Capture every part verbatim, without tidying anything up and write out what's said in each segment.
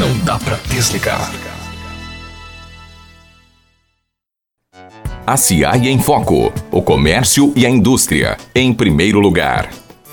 Não dá pra desligar. Aciaí em Foco. O comércio e a indústria, em primeiro lugar.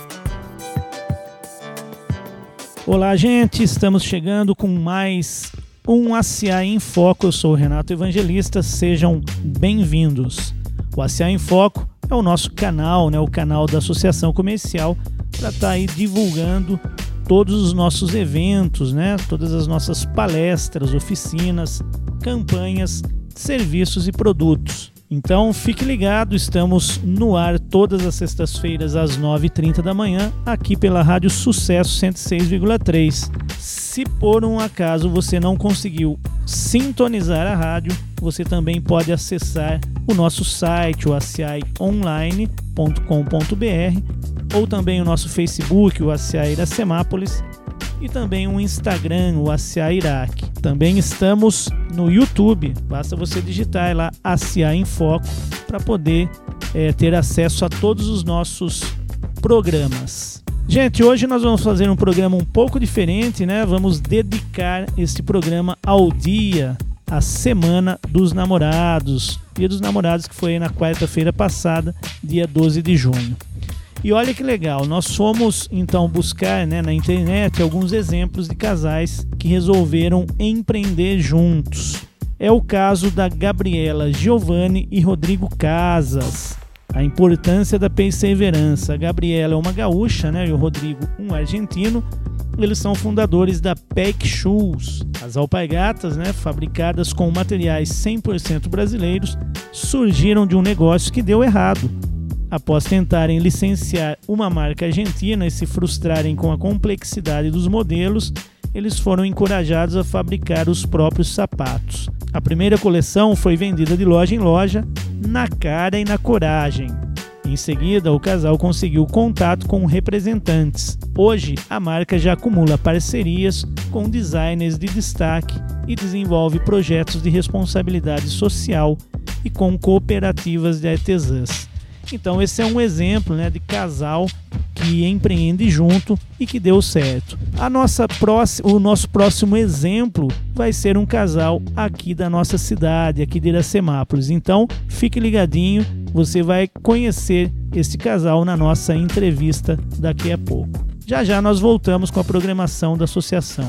Olá, gente. Estamos chegando com mais um Aciaí em Foco. Eu sou o Renato Evangelista. Sejam bem-vindos. O Aciaí em Foco é o nosso canal, né? O canal da Associação Comercial, para estar aí divulgando todos os nossos eventos, né? Todas as nossas palestras, oficinas, campanhas, serviços e produtos. Então fique ligado, estamos no ar todas as sextas-feiras às nove e trinta da manhã, aqui pela Rádio Sucesso cento e seis vírgula três. Se por um acaso você não conseguiu sintonizar a rádio, você também pode acessar o nosso site, o aciai online ponto com ponto b r, ou também o nosso Facebook, o Aciaí Iracemápolis, e também o Instagram, o Aciaí Iraque. Também estamos no YouTube, basta você digitar lá Aciaí em Foco para poder é, ter acesso a todos os nossos programas. Gente, hoje nós vamos fazer um programa um pouco diferente, né? Vamos dedicar este programa ao dia, à Semana dos Namorados. Dia dos Namorados, que foi na quarta-feira passada, dia doze de junho. E olha que legal, nós fomos então buscar, né, na internet alguns exemplos de casais que resolveram empreender juntos. É o caso da Gabriela Giovanni e Rodrigo Casas. A importância da perseverança. A Gabriela é uma gaúcha, né, e o Rodrigo um argentino. Eles são fundadores da Peck Shoes. As alpargatas, né, fabricadas com materiais cem por cento brasileiros, surgiram de um negócio que deu errado. Após tentarem licenciar uma marca argentina e se frustrarem com a complexidade dos modelos, eles foram encorajados a fabricar os próprios sapatos. A primeira coleção foi vendida de loja em loja, na cara e na coragem. Em seguida, o casal conseguiu contato com representantes. Hoje, a marca já acumula parcerias com designers de destaque e desenvolve projetos de responsabilidade social e com cooperativas de artesãs. Então esse é um exemplo, né, de casal que empreende junto e que deu certo. A nossa próxima, o nosso próximo exemplo vai ser um casal aqui da nossa cidade, aqui de Iracemápolis. Então fique ligadinho, você vai conhecer esse casal na nossa entrevista daqui a pouco. Já já nós voltamos com a programação da associação.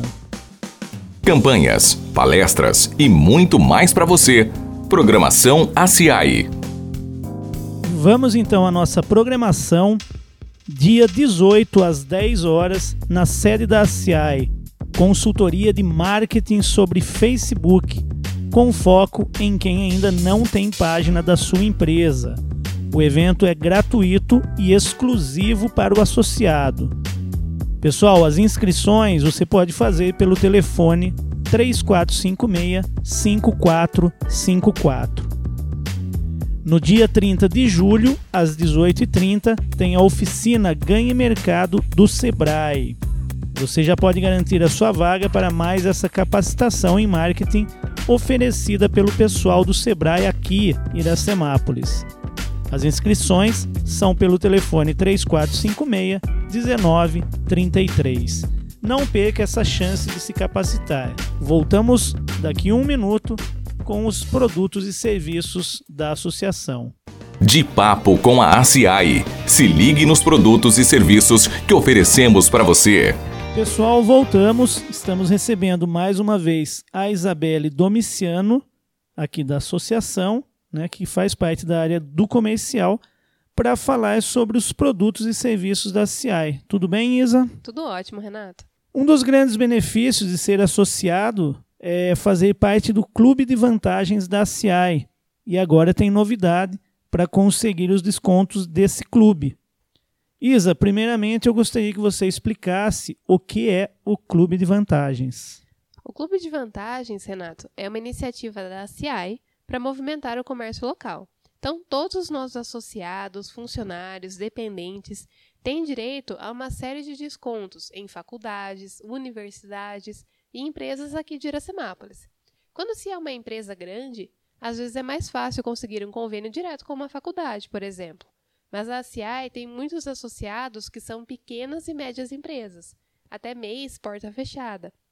Campanhas, palestras e muito mais para você. Programação Aciaí. Vamos então à nossa programação, dia dezoito às dez horas, na sede da Aciaí, consultoria de marketing sobre Facebook, com foco em quem ainda não tem página da sua empresa. O evento é gratuito e exclusivo para o associado. Pessoal, as inscrições você pode fazer pelo telefone três quatro cinco seis, cinco quatro cinco quatro. No dia trinta de julho, às dezoito e trinta, tem a oficina Ganhe Mercado do Sebrae. Você já pode garantir a sua vaga para mais essa capacitação em marketing oferecida pelo pessoal do Sebrae aqui em Iracemápolis. As inscrições são pelo telefone três quatro cinco seis, um nove três três. Não perca essa chance de se capacitar. Voltamos daqui a um minuto com os produtos e serviços da associação. De papo com a Aciaí. Se ligue nos produtos e serviços que oferecemos para você. Pessoal, voltamos. Estamos recebendo mais uma vez a Isabelle Domiciano, aqui da associação, né, que faz parte da área do comercial, para falar sobre os produtos e serviços da Aciaí. Tudo bem, Isa? Tudo ótimo, Renato. Um dos grandes benefícios de ser associado é fazer parte do clube de vantagens da Aciaí. E agora tem novidade para conseguir os descontos desse clube. Isa, primeiramente eu gostaria que você explicasse o que é o clube de vantagens. O clube de vantagens, Renato, é uma iniciativa da Aciaí para movimentar o comércio local. Então, todos os nossos associados, funcionários, dependentes têm direito a uma série de descontos em faculdades, universidades e empresas aqui de Iracemápolis. Quando se é uma empresa grande, às vezes é mais fácil conseguir um convênio direto com uma faculdade, por exemplo. Mas a Aciaí tem muitos associados que são pequenas e médias empresas, até M E Is porta fechada.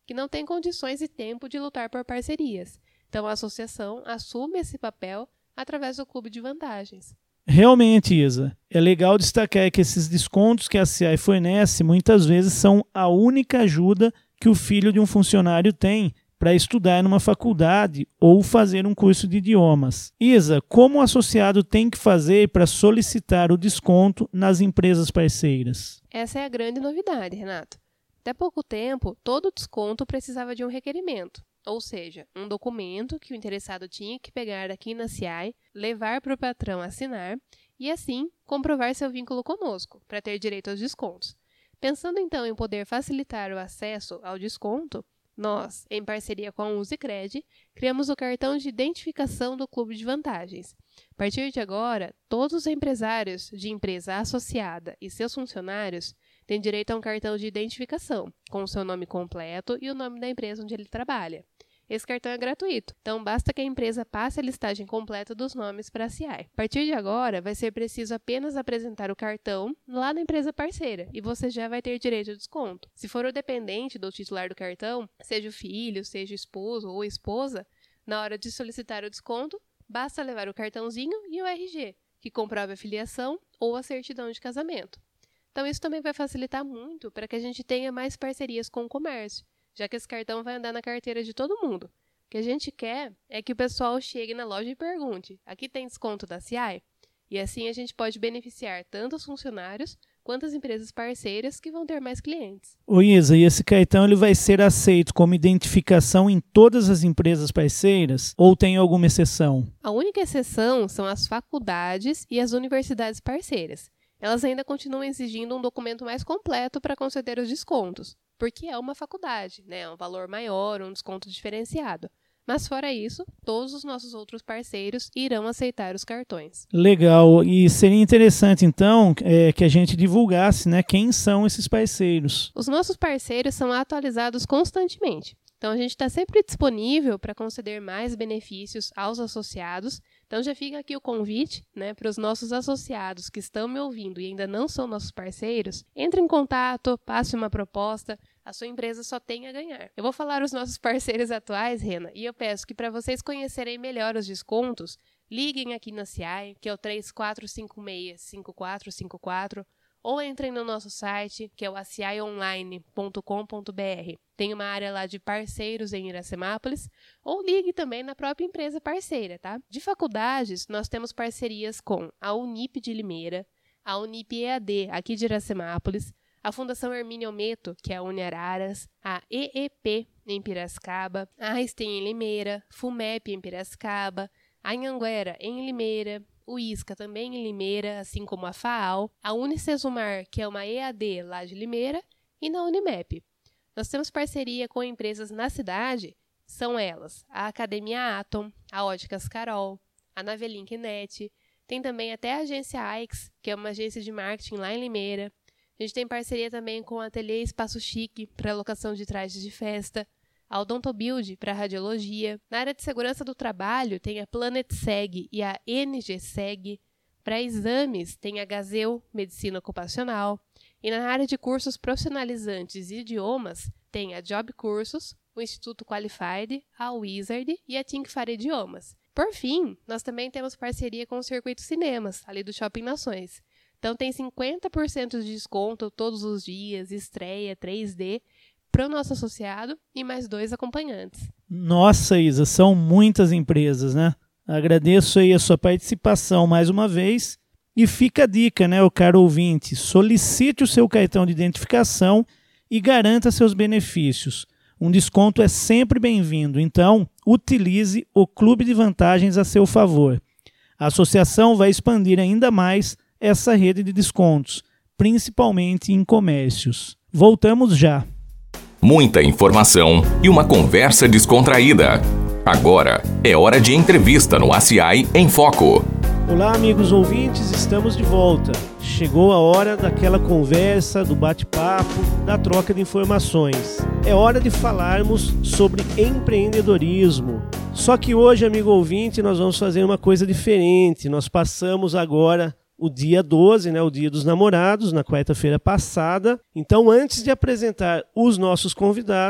que não têm condições e tempo de lutar por parcerias. Então, a associação assume esse papel através do clube de vantagens. Realmente, Isa, é legal destacar que esses descontos que a C I A fornece muitas vezes são a única ajuda que o filho de um funcionário tem para estudar numa faculdade ou fazer um curso de idiomas. Isa, como o associado tem que fazer para solicitar o desconto nas empresas parceiras? Essa é a grande novidade, Renato. Até pouco tempo, todo desconto precisava de um requerimento, ou seja, um documento que o interessado tinha que pegar aqui na C I A, levar para o patrão assinar e, assim, comprovar seu vínculo conosco, para ter direito aos descontos. Pensando, então, em poder facilitar o acesso ao desconto, nós, em parceria com a Usicred, criamos o cartão de identificação do Clube de Vantagens. A partir de agora, todos os empresários de empresa associada e seus funcionários têm direito a um cartão de identificação, com o seu nome completo e o nome da empresa onde ele trabalha. Esse cartão é gratuito, então basta que a empresa passe a listagem completa dos nomes para a C I A. A partir de agora, vai ser preciso apenas apresentar o cartão lá na empresa parceira e você já vai ter direito a desconto. Se for o dependente do titular do cartão, seja o filho, seja o esposo ou esposa, na hora de solicitar o desconto, basta levar o cartãozinho e o R G, que comprova a filiação ou a certidão de casamento. Então isso também vai facilitar muito para que a gente tenha mais parcerias com o comércio, já que esse cartão vai andar na carteira de todo mundo. O que a gente quer é que o pessoal chegue na loja e pergunte: aqui tem desconto da C I A? E assim a gente pode beneficiar tanto os funcionários quanto as empresas parceiras que vão ter mais clientes. Ô Isa, e esse cartão ele vai ser aceito como identificação em todas as empresas parceiras ou tem alguma exceção? A única exceção são as faculdades e as universidades parceiras. Elas ainda continuam exigindo um documento mais completo para conceder os descontos, porque é uma faculdade, né? É um valor maior, um desconto diferenciado. Mas fora isso, todos os nossos outros parceiros irão aceitar os cartões. Legal, e seria interessante então é, que a gente divulgasse, né, quem são esses parceiros. Os nossos parceiros são atualizados constantemente. Então a gente está sempre disponível para conceder mais benefícios aos associados. Então já fica aqui o convite, né, para os nossos associados que estão me ouvindo e ainda não são nossos parceiros. Entre em contato, passe uma proposta, a sua empresa só tem a ganhar. Eu vou falar os nossos parceiros atuais, Rena, e eu peço que para vocês conhecerem melhor os descontos, liguem aqui na C I A, que é o três quatro cinco seis, cinco quatro cinco quatro, ou entrem no nosso site, que é o a c i a online ponto com ponto b r. Tem uma área lá de parceiros em Iracemápolis, ou ligue também na própria empresa parceira, tá? De faculdades, nós temos parcerias com a Unip de Limeira, a Unip E A D aqui de Iracemápolis, a Fundação Hermínio Meto, que é a Uniararas, a E E P em Piracicaba, a Einstein em Limeira, FUMEP em Piracicaba, a Anhanguera em Limeira, o ISCA também em Limeira, assim como a FAAL, a Unicesumar, que é uma E A D lá de Limeira, e na Unimep. Nós temos parceria com empresas na cidade, são elas a Academia Atom, a Óticas Carol, a Navelink Net, tem também até a agência A X, que é uma agência de marketing lá em Limeira. A gente tem parceria também com o Ateliê Espaço Chique para alocação de trajes de festa, a Odontobuild para radiologia. Na área de segurança do trabalho tem a Planet Seg e a N G Seg. Para exames tem a Gazeu Medicina Ocupacional. E na área de cursos profissionalizantes e idiomas tem a Job Cursos, o Instituto Qualified, a Wizard e a Think Fare Idiomas. Por fim, nós também temos parceria com o Circuito Cinemas, ali do Shopping Nações. Então tem cinquenta por cento de desconto todos os dias, estreia, três D, para o nosso associado e mais dois acompanhantes. Nossa, Isa, são muitas empresas, né? Agradeço aí a sua participação mais uma vez. E fica a dica, né, o caro ouvinte, solicite o seu cartão de identificação e garanta seus benefícios. Um desconto é sempre bem-vindo, então utilize o Clube de Vantagens a seu favor. A associação vai expandir ainda mais essa rede de descontos, principalmente em comércios. Voltamos já. Muita informação e uma conversa descontraída. Agora é hora de entrevista no A C I A em Foco. Olá, amigos ouvintes, estamos de volta. Chegou a hora daquela conversa, do bate-papo, da troca de informações. É hora de falarmos sobre empreendedorismo. Só que hoje, amigo ouvinte, nós vamos fazer uma coisa diferente. Nós passamos agora o dia doze, né, o dia dos namorados, na quarta-feira passada. Então, antes de apresentar os nossos convidados,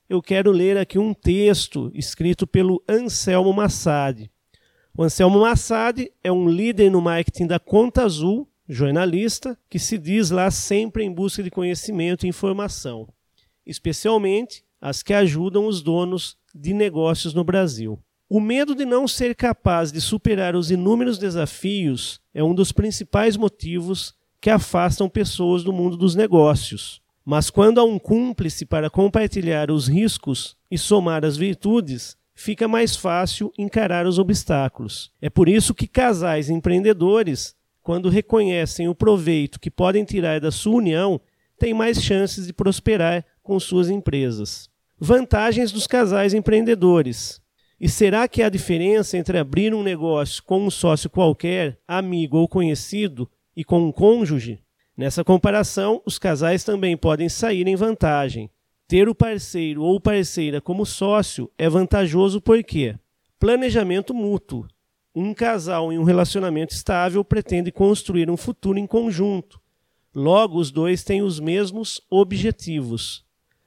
eu quero ler aqui um texto escrito pelo Anselmo Massad. O Anselmo Massad é um líder no marketing da Conta Azul, jornalista, que se diz lá sempre em busca de conhecimento e informação, especialmente as que ajudam os donos de negócios no Brasil. O medo de não ser capaz de superar os inúmeros desafios é um dos principais motivos que afastam pessoas do mundo dos negócios. Mas quando há um cúmplice para compartilhar os riscos e somar as virtudes, fica mais fácil encarar os obstáculos. É por isso que casais empreendedores, quando reconhecem o proveito que podem tirar da sua união, têm mais chances de prosperar com suas empresas. Vantagens dos casais empreendedores. E será que há diferença entre abrir um negócio com um sócio qualquer, amigo ou conhecido, e com um cônjuge? Nessa comparação, os casais também podem sair em vantagem. Ter o parceiro ou parceira como sócio é vantajoso porque planejamento mútuo. Um casal em um relacionamento estável pretende construir um futuro em conjunto. Logo, os dois têm os mesmos objetivos.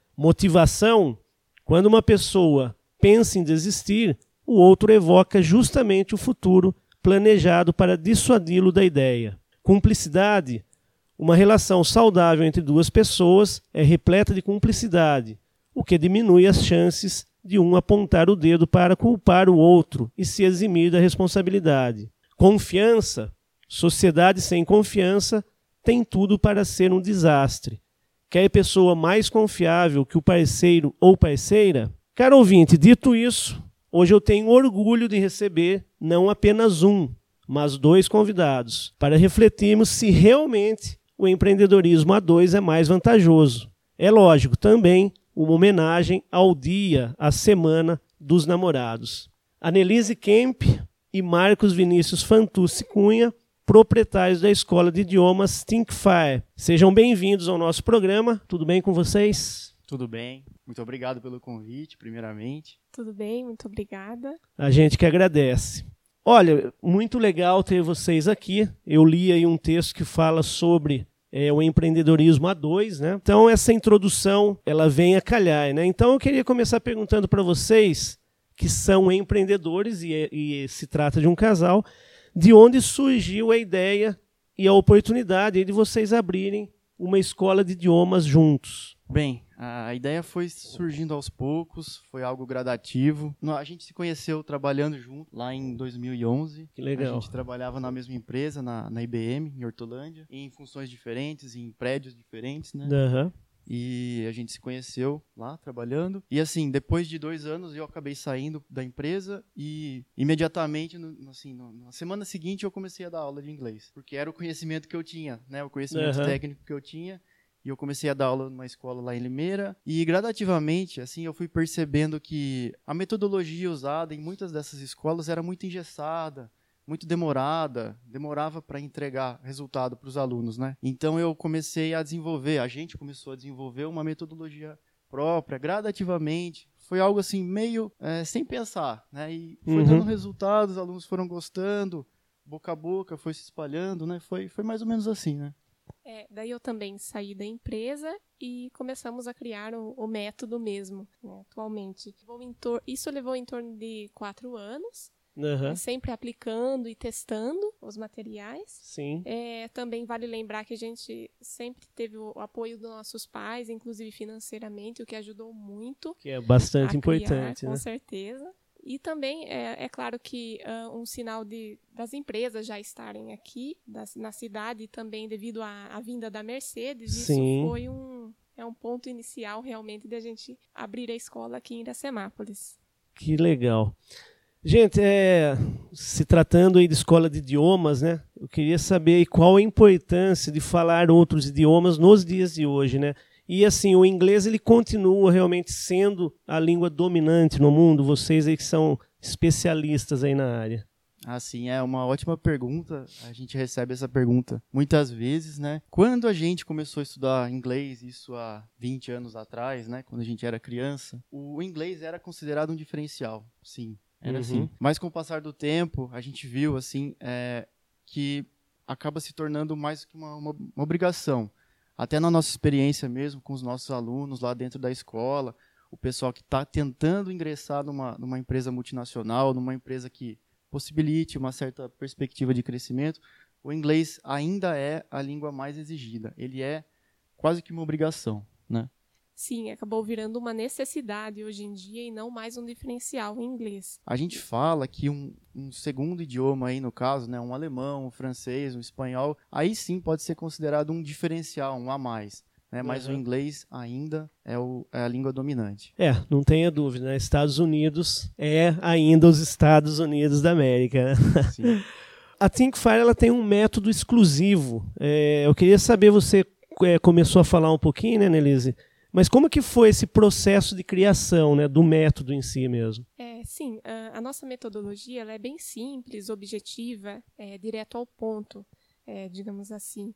Motivação. Quando uma pessoa pensa em desistir, o outro evoca justamente o futuro planejado para dissuadi-lo da ideia. Cumplicidade. Uma relação saudável entre duas pessoas é repleta de cumplicidade, o que diminui as chances de um apontar o dedo para culpar o outro e se eximir da responsabilidade. Confiança. Sociedade sem confiança tem tudo para ser um desastre. Quer pessoa mais confiável que o parceiro ou parceira? Caro ouvinte, dito isso, hoje eu tenho orgulho de receber não apenas um, mas dois convidados, para refletirmos se realmente o empreendedorismo a dois é mais vantajoso. É lógico, também uma homenagem ao dia, à semana dos namorados. Anelise Kemp e Marcos Vinícius Fantucci Cunha, proprietários da Escola de Idiomas Thinkfire. Sejam bem-vindos ao nosso programa. Tudo bem com vocês? Tudo bem. Muito obrigado pelo convite, primeiramente. Tudo bem, muito obrigada. A gente que agradece. Olha, muito legal ter vocês aqui. Eu li aí um texto que fala sobre é, o empreendedorismo a dois, né? Então essa introdução, ela vem a calhar, né? Então eu queria começar perguntando para vocês, que são empreendedores e, e se trata de um casal, de onde surgiu a ideia e a oportunidade de vocês abrirem uma escola de idiomas juntos? Bem, a ideia foi surgindo aos poucos, foi algo gradativo. A gente se conheceu trabalhando junto lá em dois mil e onze. Que legal. A gente trabalhava na mesma empresa, na, na I B M, em Hortolândia, em funções diferentes, em prédios diferentes, né? Uhum. E a gente se conheceu lá, trabalhando. E assim, depois de dois anos, eu acabei saindo da empresa e imediatamente, no, assim, no, na semana seguinte, eu comecei a dar aula de inglês. Porque era o conhecimento que eu tinha, né? O conhecimento Uhum. técnico que eu tinha. E eu comecei a dar aula numa escola lá em Limeira. E gradativamente, assim, eu fui percebendo que a metodologia usada em muitas dessas escolas era muito engessada, muito demorada, demorava para entregar resultado para os alunos, né? Então eu comecei a desenvolver, a gente começou a desenvolver uma metodologia própria, gradativamente. Foi algo assim, meio é, sem pensar, né? E foi Uhum. dando resultados, os alunos foram gostando, boca a boca foi se espalhando, né? Foi, foi mais ou menos assim, né? É, daí eu também saí da empresa e começamos a criar o, o método mesmo, né, atualmente. Levou em tor- Isso levou em torno de quatro anos, Uhum. né, sempre aplicando e testando os materiais. Sim. É, também vale lembrar que a gente sempre teve o, o apoio dos nossos pais, inclusive financeiramente, o que ajudou muito. Que é bastante a importante, criar, né? com certeza. E também é, é claro que uh, um sinal de, das empresas já estarem aqui das, na cidade, também devido à, à vinda da Mercedes, Sim. isso foi um, é um ponto inicial realmente de a gente abrir a escola aqui em Iracemápolis. Que legal. Gente, é, se tratando aí de escola de idiomas, né? Eu queria saber aí qual a importância de falar outros idiomas nos dias de hoje, né? E assim, o inglês ele continua realmente sendo a língua dominante no mundo? Vocês aí que são especialistas aí na área. Assim, é uma ótima pergunta. A gente recebe essa pergunta muitas vezes, né? Quando a gente começou a estudar inglês, isso há vinte anos atrás, né? Quando a gente era criança, o inglês era considerado um diferencial, sim. Era Uhum. assim. Mas com o passar do tempo, a gente viu, assim, é, que acaba se tornando mais que uma, uma, uma obrigação. Até na nossa experiência mesmo com os nossos alunos lá dentro da escola, o pessoal que está tentando ingressar numa, numa empresa multinacional, numa empresa que possibilite uma certa perspectiva de crescimento, o inglês ainda é a língua mais exigida. Ele é quase que uma obrigação, né? Sim, acabou virando uma necessidade hoje em dia e não mais um diferencial em inglês. A gente fala que um, um segundo idioma aí, no caso, né, um alemão, um francês, um espanhol, aí sim pode ser considerado um diferencial, um a mais. Né? Mas uhum. o inglês ainda é, o, é a língua dominante. É, não tenha dúvida, né? Estados Unidos é ainda os Estados Unidos da América. Né? Sim. A Thinkfire, ela tem um método exclusivo. É, eu queria saber, você é, começou a falar um pouquinho, né, Nelise? Mas como que foi esse processo de criação, né, do método em si mesmo? É, sim, a, a nossa metodologia ela é bem simples, objetiva, é, direto ao ponto, é, digamos assim.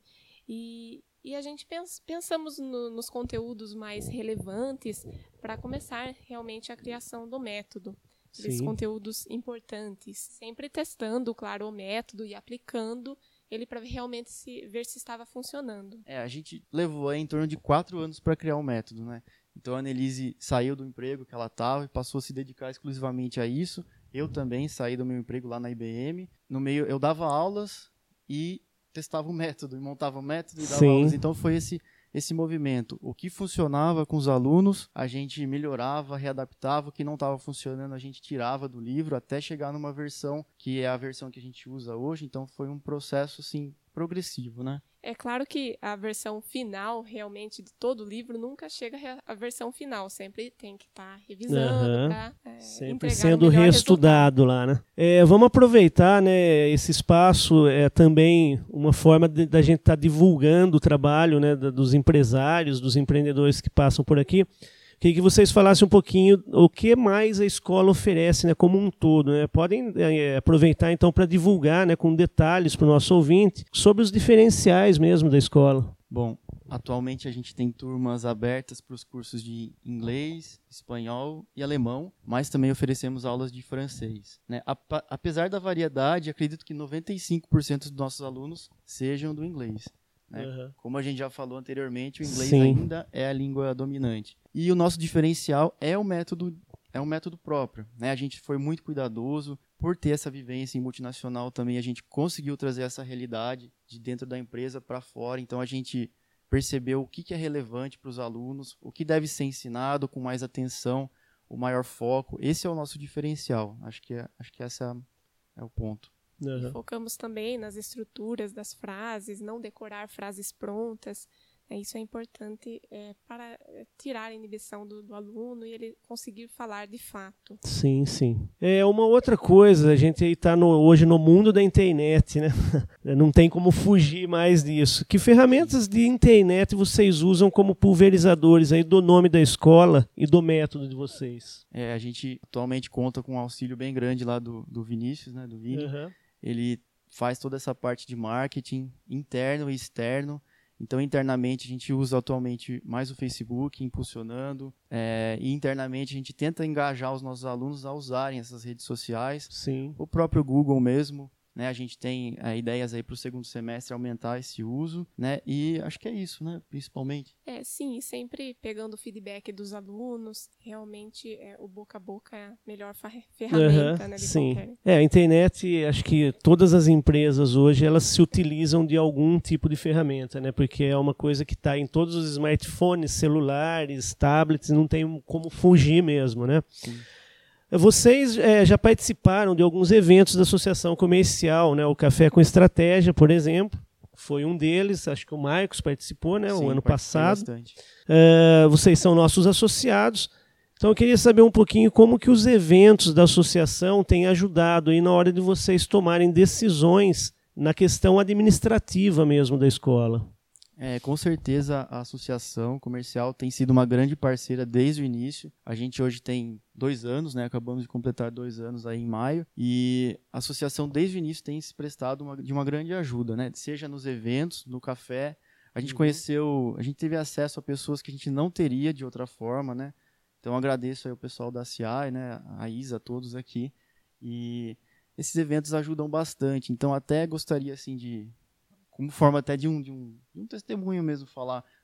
E, e a gente pens, pensamos no, nos conteúdos mais relevantes para começar realmente a criação do método. Esses conteúdos importantes, sempre testando, claro, o método e aplicando ele para realmente se, ver se estava funcionando. É, a gente levou aí, em torno de quatro anos para criar o método, né? Então a Annelise saiu do emprego que ela estava e passou a se dedicar exclusivamente a isso. Eu também saí do meu emprego lá na I B M. No meio, eu dava aulas e testava o método, e montava o método e dava Sim. aulas. Então foi esse, esse movimento. O que funcionava com os alunos, a gente melhorava, readaptava. O que não estava funcionando, a gente tirava do livro até chegar numa versão que é a versão que a gente usa hoje. Então foi um processo assim, progressivo, né? É claro que a versão final, realmente, de todo o livro, nunca chega à versão final. Sempre tem que estar tá revisando uhum. para é, sempre sendo reestudado resultado. lá, né? É, vamos aproveitar, né, esse espaço, é também uma forma da gente estar tá divulgando o trabalho, né, da, dos empresários, dos empreendedores que passam por aqui. Queria que vocês falassem um pouquinho o que mais a escola oferece, né, como um todo. Né? Podem é, aproveitar então para divulgar, né, com detalhes para o nosso ouvinte sobre os diferenciais mesmo da escola. Bom, atualmente a gente tem turmas abertas para os cursos de inglês, espanhol e alemão, mas também oferecemos aulas de francês. Né? Apesar da variedade, acredito que noventa e cinco por cento dos nossos alunos sejam do inglês. Né? Uhum. Como a gente já falou anteriormente, o inglês Sim. ainda é a língua dominante. E o nosso diferencial é o método, é um método próprio. Né? A gente foi muito cuidadoso por ter essa vivência em multinacional também. A gente conseguiu trazer essa realidade de dentro da empresa para fora. Então a gente percebeu o que é relevante para os alunos, o que deve ser ensinado com mais atenção, o maior foco. Esse é o nosso diferencial. Acho que, é, acho que esse é, é o ponto. Uhum. Focamos também nas estruturas das frases, não decorar frases prontas. É, isso é importante é, para tirar a inibição do, do aluno e ele conseguir falar de fato. Sim, sim. É uma outra coisa, a gente está hoje no mundo da internet, né? Não tem como fugir mais disso. Que ferramentas de internet vocês usam como pulverizadores aí do nome da escola e do método de vocês? É, a gente atualmente conta com um auxílio bem grande lá do, do Vinícius, né? Do Vini. Uhum. Ele faz toda essa parte de marketing interno e externo. Então, internamente, a gente usa atualmente mais o Facebook, impulsionando. É, e internamente, a gente tenta engajar os nossos alunos a usarem essas redes sociais. Sim. O próprio Google mesmo. Né? A gente tem é, ideias aí para o segundo semestre aumentar esse uso. Né? E acho que é isso, né? Principalmente. É, sim, sempre pegando o feedback dos alunos. Realmente, é, o boca a boca é a melhor ferramenta. Uhum, né, de sim. qualquer... É, a internet, acho que todas as empresas hoje, elas se utilizam de algum tipo de ferramenta, né? Porque é uma coisa que está em todos os smartphones, celulares, tablets, não tem como fugir mesmo, né? Sim. Vocês é, já participaram de alguns eventos da Associação Comercial, né? O Café com Estratégia, por exemplo, foi um deles. Acho que o Marcos participou, né? Sim, o ano passado. Bastante. Uh, vocês são nossos associados. Então eu queria saber um pouquinho como que os eventos da associação têm ajudado aí na hora de vocês tomarem decisões na questão administrativa mesmo da escola. É, com certeza a associação comercial tem sido uma grande parceira desde o início. A gente hoje tem dois anos, né? Acabamos de completar dois anos aí em maio. E a associação desde o início tem se prestado uma, de uma grande ajuda, né? Seja nos eventos, no café. A gente uhum. conheceu, a gente teve acesso a pessoas que a gente não teria de outra forma, né? Então agradeço aí o pessoal da C I, né? A Isa, todos aqui. E esses eventos ajudam bastante. Então até gostaria assim de... como forma até de um, de, um, de um testemunho mesmo, falar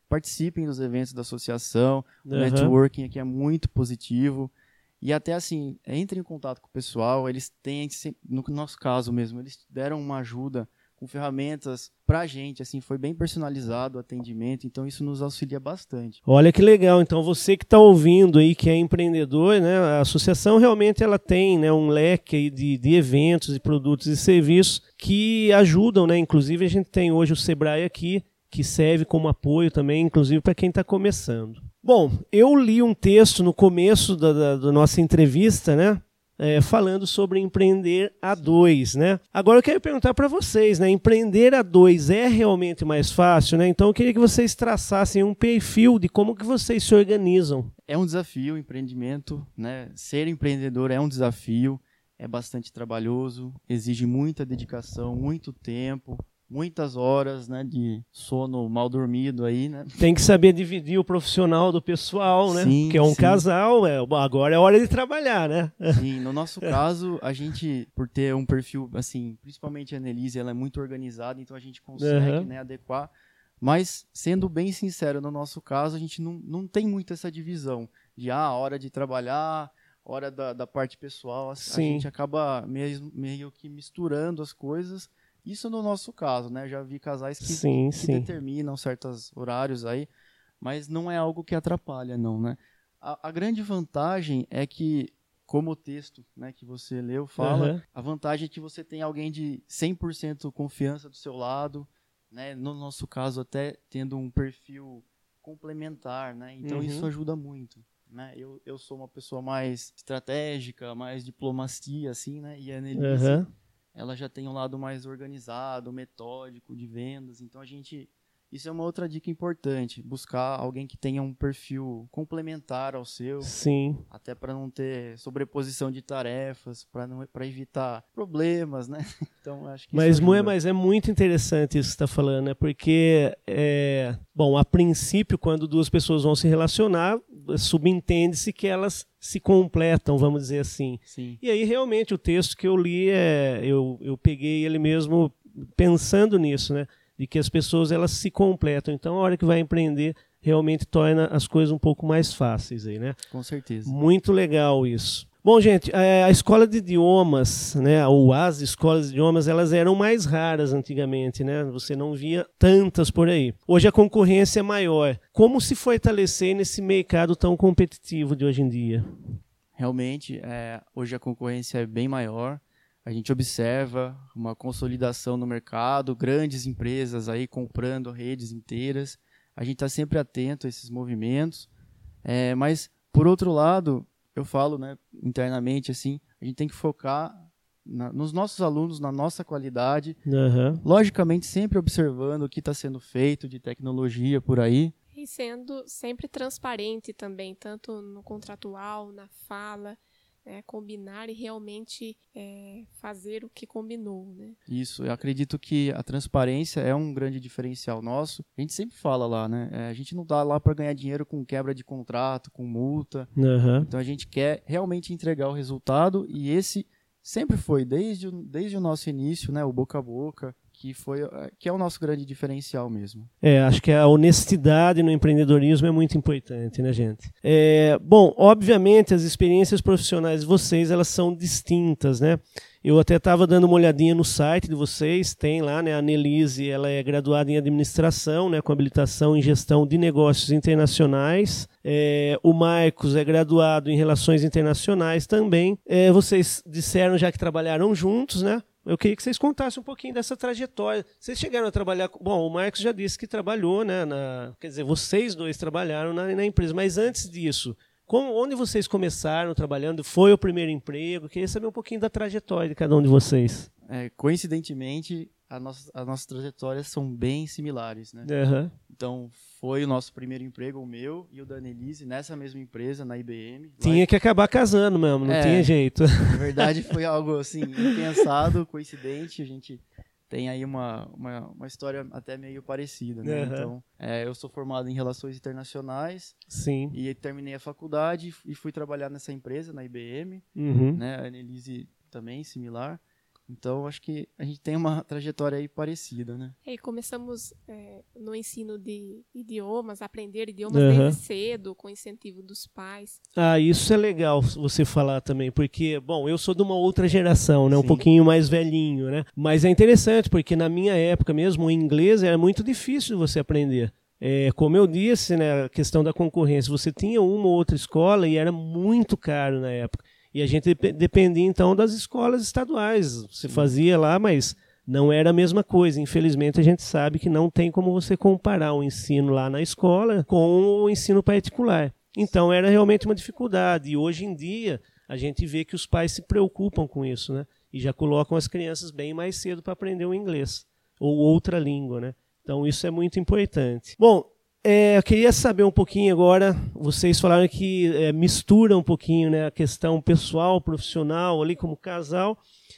participem dos eventos da associação, o Uhum. networking aqui é muito positivo. E até assim, entrem em contato com o pessoal, eles têm, no nosso caso mesmo, eles deram uma ajuda com ferramentas pra gente, assim, foi bem personalizado o atendimento, então isso nos auxilia bastante. Olha que legal, então você que está ouvindo aí, que é empreendedor, né, a associação realmente ela tem, né, um leque aí de, de eventos, de produtos e serviços que ajudam, né, inclusive a gente tem hoje o Sebrae aqui, que serve como apoio também, inclusive para quem está começando. Bom, eu li um texto no começo da, da, da nossa entrevista, né, É, falando sobre empreender a dois, né? Agora eu quero perguntar para vocês, né? Empreender a dois é realmente mais fácil, né? Então eu queria que vocês traçassem um perfil de como que vocês se organizam. É um desafio o empreendimento, né? Ser empreendedor é um desafio, é bastante trabalhoso, exige muita dedicação, muito tempo, muitas horas, né, de sono mal dormido aí, né? Tem que saber dividir o profissional do pessoal, né? Sim, que é um sim. casal, é, agora é hora de trabalhar, né? Sim, no nosso caso, a gente, por ter um perfil, assim, principalmente a Annelise, ela é muito organizada, então a gente consegue, Uhum. né, adequar. Mas, sendo bem sincero, no nosso caso, a gente não, não tem muito essa divisão de, ah, hora de trabalhar, hora da, da parte pessoal. A, a Sim. gente acaba meio, meio que misturando as coisas. Isso no nosso caso, né? Já vi casais que, Sim, que sim. determinam certos horários aí, mas não é algo que atrapalha, não, né? A, a grande vantagem é que, como o texto, né, que você leu fala, Uhum. a vantagem é que você tem alguém de cem por cento confiança do seu lado, né? No nosso caso, até tendo um perfil complementar, né? Então Uhum. isso ajuda muito. Né? Eu, eu sou uma pessoa mais estratégica, mais diplomacia, assim, né? E a Annelise, Uhum. ela já tem um lado mais organizado, metódico, de vendas. Então, a gente... Isso é uma outra dica importante. Buscar alguém que tenha um perfil complementar ao seu. Sim. Até para não ter sobreposição de tarefas, para evitar problemas, né? Então, acho que Mas, isso Moé, ajuda. mas é muito interessante isso que você está falando, né? Porque, é, bom, a princípio, quando duas pessoas vão se relacionar, subentende-se que elas se completam, vamos dizer assim. Sim. E aí, realmente, o texto que eu li, é, eu, eu peguei ele mesmo pensando nisso, né? De que as pessoas elas se completam. Então, a hora que vai empreender, realmente torna as coisas um pouco mais fáceis aí, né? Com certeza. Muito legal isso. Bom, gente, a escola de idiomas, né, ou as escolas de idiomas, elas eram mais raras antigamente, né? Você não via tantas por aí. Hoje a concorrência é maior. Como se fortalecer nesse mercado tão competitivo de hoje em dia? Realmente, é, hoje a concorrência é bem maior. A gente observa uma consolidação no mercado, grandes empresas aí comprando redes inteiras. A gente está sempre atento a esses movimentos. É, mas, por outro lado, eu falo, né, internamente, assim, a gente tem que focar na, nos nossos alunos, na nossa qualidade. Uhum. Logicamente, sempre observando o que está sendo feito de tecnologia por aí. E sendo sempre transparente também, tanto no contratual, na fala, né, combinar e realmente é, fazer o que combinou, né? Isso, eu acredito que a transparência é um grande diferencial nosso. A gente sempre fala lá, né? É, a gente não tá lá para ganhar dinheiro com quebra de contrato, com multa. Uhum. Então a gente quer realmente entregar o resultado e esse sempre foi, desde o, desde o nosso início, né? O boca a boca, que, foi, que é o nosso grande diferencial mesmo. É, acho que a honestidade no empreendedorismo é muito importante, né, gente? É, bom, obviamente as experiências profissionais de vocês, elas são distintas, né? Eu até estava dando uma olhadinha no site de vocês, tem lá, né, a Annelise, ela é graduada em administração, né, com habilitação em gestão de negócios internacionais. É, o Marcos é graduado em relações internacionais também. É, vocês disseram já que trabalharam juntos, né? Eu queria que vocês contassem um pouquinho dessa trajetória. Vocês chegaram a trabalhar... Bom, o Marcos já disse que trabalhou, né? Na, quer dizer, vocês dois trabalharam na, na empresa. Mas antes disso, como, onde vocês começaram trabalhando? Foi o primeiro emprego? Eu queria saber um pouquinho da trajetória de cada um de vocês. É, coincidentemente, a nossa, as nossas trajetórias são bem similares, né? Uhum. Então, foi o nosso primeiro emprego, o meu e o da Annelise, nessa mesma empresa, na I B M. Tinha que acabar casando mesmo, não É. tinha jeito. Na verdade, foi algo assim, impensado, coincidente. A gente tem aí uma, uma, uma história até meio parecida, né? Uhum. Então, é, eu sou formado em Relações Internacionais Sim. e terminei a faculdade e fui trabalhar nessa empresa, na I B M. Uhum. Né? A Annelise também, similar. Então, acho que a gente tem uma trajetória aí parecida, né? E começamos é, no ensino de idiomas, aprender idiomas Uhum. desde cedo, com incentivo dos pais. Ah, isso é legal você falar também, porque, bom, eu sou de uma outra geração, né, um Sim. pouquinho mais velhinho, né, mas é interessante, porque na minha época mesmo, o inglês era muito difícil de você aprender. É, como eu disse, né, a questão da concorrência, você tinha uma ou outra escola e era muito caro na época. E a gente dep- dependia, então, das escolas estaduais. Você fazia lá, mas não era a mesma coisa. Infelizmente, a gente sabe que não tem como você comparar o ensino lá na escola com o ensino particular. Então, era realmente uma dificuldade. E hoje em dia, a gente vê que os pais se preocupam com isso, né? E já colocam as crianças bem mais cedo para aprender o inglês ou outra língua, né? Então, isso é muito importante. Bom, É, eu queria saber um pouquinho agora, vocês falaram que é, mistura um pouquinho, né, a questão pessoal, profissional, ali como casal,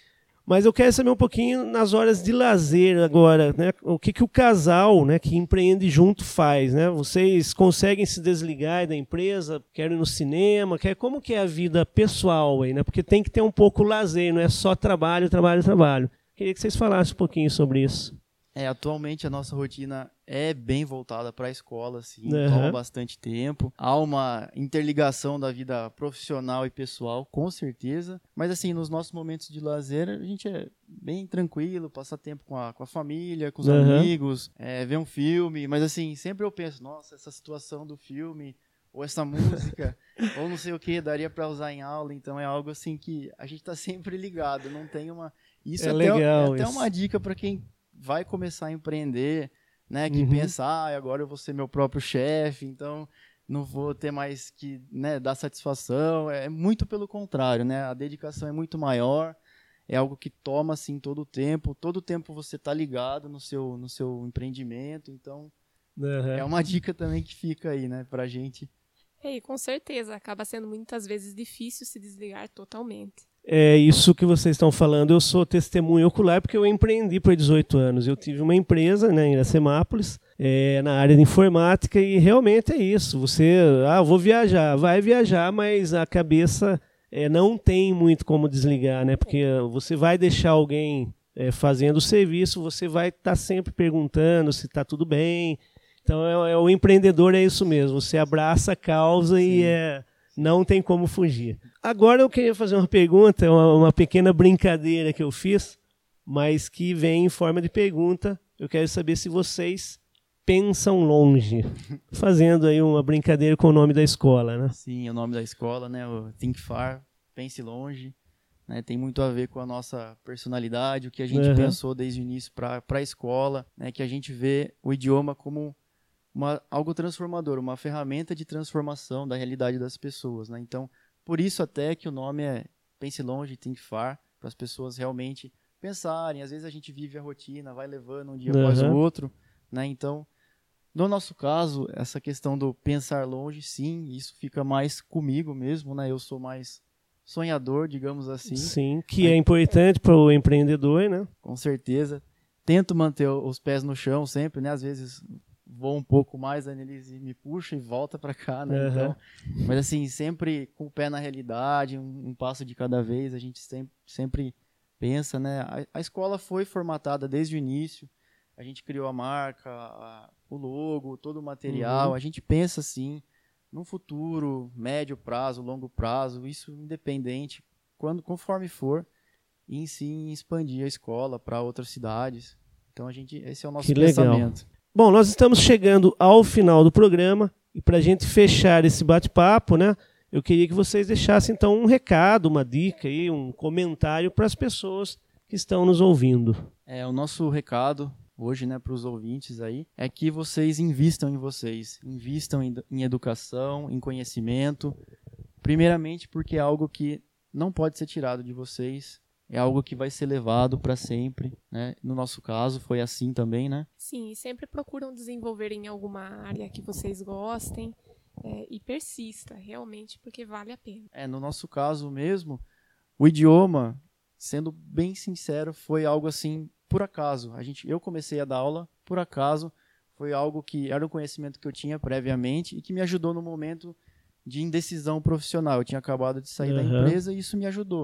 mas eu quero saber um pouquinho nas horas de lazer agora, né, o que, que o casal, né, que empreende junto faz, né? Vocês conseguem se desligar da empresa, querem ir no cinema, quer, como que é a vida pessoal aí, né? Porque tem que ter um pouco lazer, não é só trabalho, trabalho, trabalho. Queria que vocês falassem um pouquinho sobre isso. É, atualmente a nossa rotina é bem voltada para a escola, assim, Uhum. toma bastante tempo. Há uma interligação da vida profissional e pessoal, com certeza. Mas assim, nos nossos momentos de lazer, a gente é bem tranquilo, passa tempo com a, com a família, com os Uhum. amigos, é, ver um filme. Mas assim, sempre eu penso, nossa, essa situação do filme, ou essa música, ou não sei o que, daria para usar em aula. Então é algo assim que a gente está sempre ligado, não tem uma... Isso É até, legal é até isso. uma dica para quem vai começar a empreender, né, que Uhum. pensa, ah, agora eu vou ser meu próprio chefe, então não vou ter mais que, né, dar satisfação. É muito pelo contrário, né, a dedicação é muito maior, é algo que toma, assim, todo o tempo, todo o tempo você está ligado no seu, no seu empreendimento, então Uhum. é uma dica também que fica aí, né, pra gente. E com certeza, acaba sendo muitas vezes difícil se desligar totalmente. É isso que vocês estão falando, eu sou testemunho ocular porque eu empreendi por dezoito anos. Eu tive uma empresa, né, em Iracemápolis, é, na área de informática, e realmente é isso. Você, ah, vou viajar, vai viajar, mas a cabeça é, não tem muito como desligar, né? Porque você vai deixar alguém é, fazendo o serviço, você vai estar sempre perguntando se está tudo bem. Então, é, é, o empreendedor é isso mesmo, você abraça a causa. Sim. E é... não tem como fugir. Agora eu queria fazer uma pergunta, uma, uma pequena brincadeira que eu fiz, mas que vem em forma de pergunta. Eu quero saber se vocês pensam longe, fazendo aí uma brincadeira com o nome da escola, né? Sim, o nome da escola, né, o Think Far, Pense Longe, né, tem muito a ver com a nossa personalidade, o que a gente Uhum. pensou desde o início para a escola, né, que a gente vê o idioma como Uma, algo transformador, uma ferramenta de transformação da realidade das pessoas, né? Então, por isso até que o nome é Pense Longe, Think Far, para as pessoas realmente pensarem. Às vezes a gente vive a rotina, vai levando um dia Uhum. após o outro, né? Então, no nosso caso, essa questão do pensar longe, sim, isso fica mais comigo mesmo, né? Eu sou mais sonhador, digamos assim. Sim, que é importante para o empreendedor, né? Com certeza. Tento manter os pés no chão sempre, né? Às vezes vou um pouco mais, a Annelise me puxa e volta para cá, né? Uhum. Então, mas assim, sempre com o pé na realidade, um, um passo de cada vez, a gente sempre, sempre pensa, né? A, a escola foi formatada desde o início, a gente criou a marca, a, o logo, todo o material, Uhum. a gente pensa assim, num futuro, médio prazo, longo prazo, isso independente, quando, conforme for, e em si expandir a escola para outras cidades. Então, a gente, esse é o nosso Que legal. pensamento. Bom, nós estamos chegando ao final do programa e para a gente fechar esse bate-papo, né, eu queria que vocês deixassem então um recado, uma dica, aí, um comentário para as pessoas que estão nos ouvindo. É, o nosso recado hoje, né, para os ouvintes aí, é que vocês invistam em vocês, invistam em, em educação, em conhecimento, primeiramente porque é algo que não pode ser tirado de vocês. É algo que vai ser levado para sempre, né? No nosso caso, foi assim também, né? Sim, e sempre procuram desenvolver em alguma área que vocês gostem é, e persista, realmente, porque vale a pena. É, no nosso caso mesmo, o idioma, sendo bem sincero, foi algo assim, por acaso. A gente, eu comecei a dar aula, por acaso, foi algo que era um conhecimento que eu tinha previamente e que me ajudou no momento de indecisão profissional. Eu tinha acabado de sair Uhum. da empresa e isso me ajudou.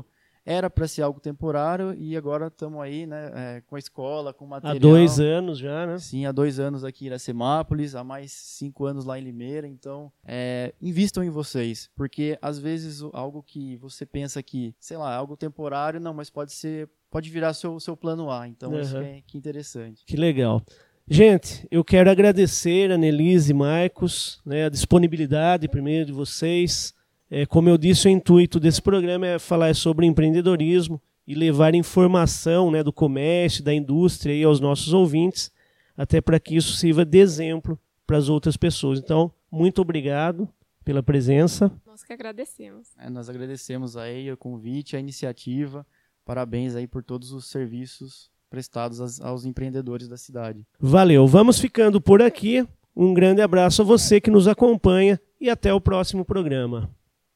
era para ser algo temporário e agora estamos aí, né, é, com a escola, com o material. Há dois anos já, né? Sim, há dois anos aqui em Iracemápolis, há mais cinco anos lá em Limeira. Então, é, invistam em vocês, porque às vezes algo que você pensa que, sei lá, é algo temporário, não, mas pode ser, pode virar seu, seu plano A. Então, uhum. Isso é que interessante. Que legal. Gente, eu quero agradecer a Nelise e Marcos, né, a disponibilidade primeiro de vocês. É, como eu disse, o intuito desse programa é falar sobre empreendedorismo e levar informação, né, do comércio, da indústria aí aos nossos ouvintes, até para que isso sirva de exemplo para as outras pessoas. Então, muito obrigado pela presença. Nós que agradecemos. É, nós agradecemos aí o convite, a iniciativa. Parabéns aí por todos os serviços prestados aos, aos empreendedores da cidade. Valeu. Vamos ficando por aqui. Um grande abraço a você que nos acompanha e até o próximo programa.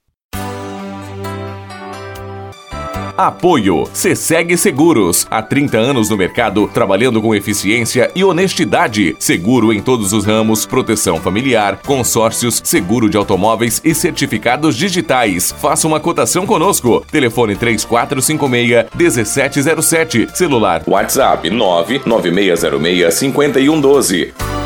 Apoio Ceseg Seguros. Há trinta anos no mercado, trabalhando com eficiência e honestidade. Seguro em todos os ramos, proteção familiar, consórcios, seguro de automóveis e certificados digitais. Faça uma cotação conosco. Telefone três quatro cinco seis, um sete zero sete. Celular WhatsApp nove nove seis zero seis, cinco um um dois.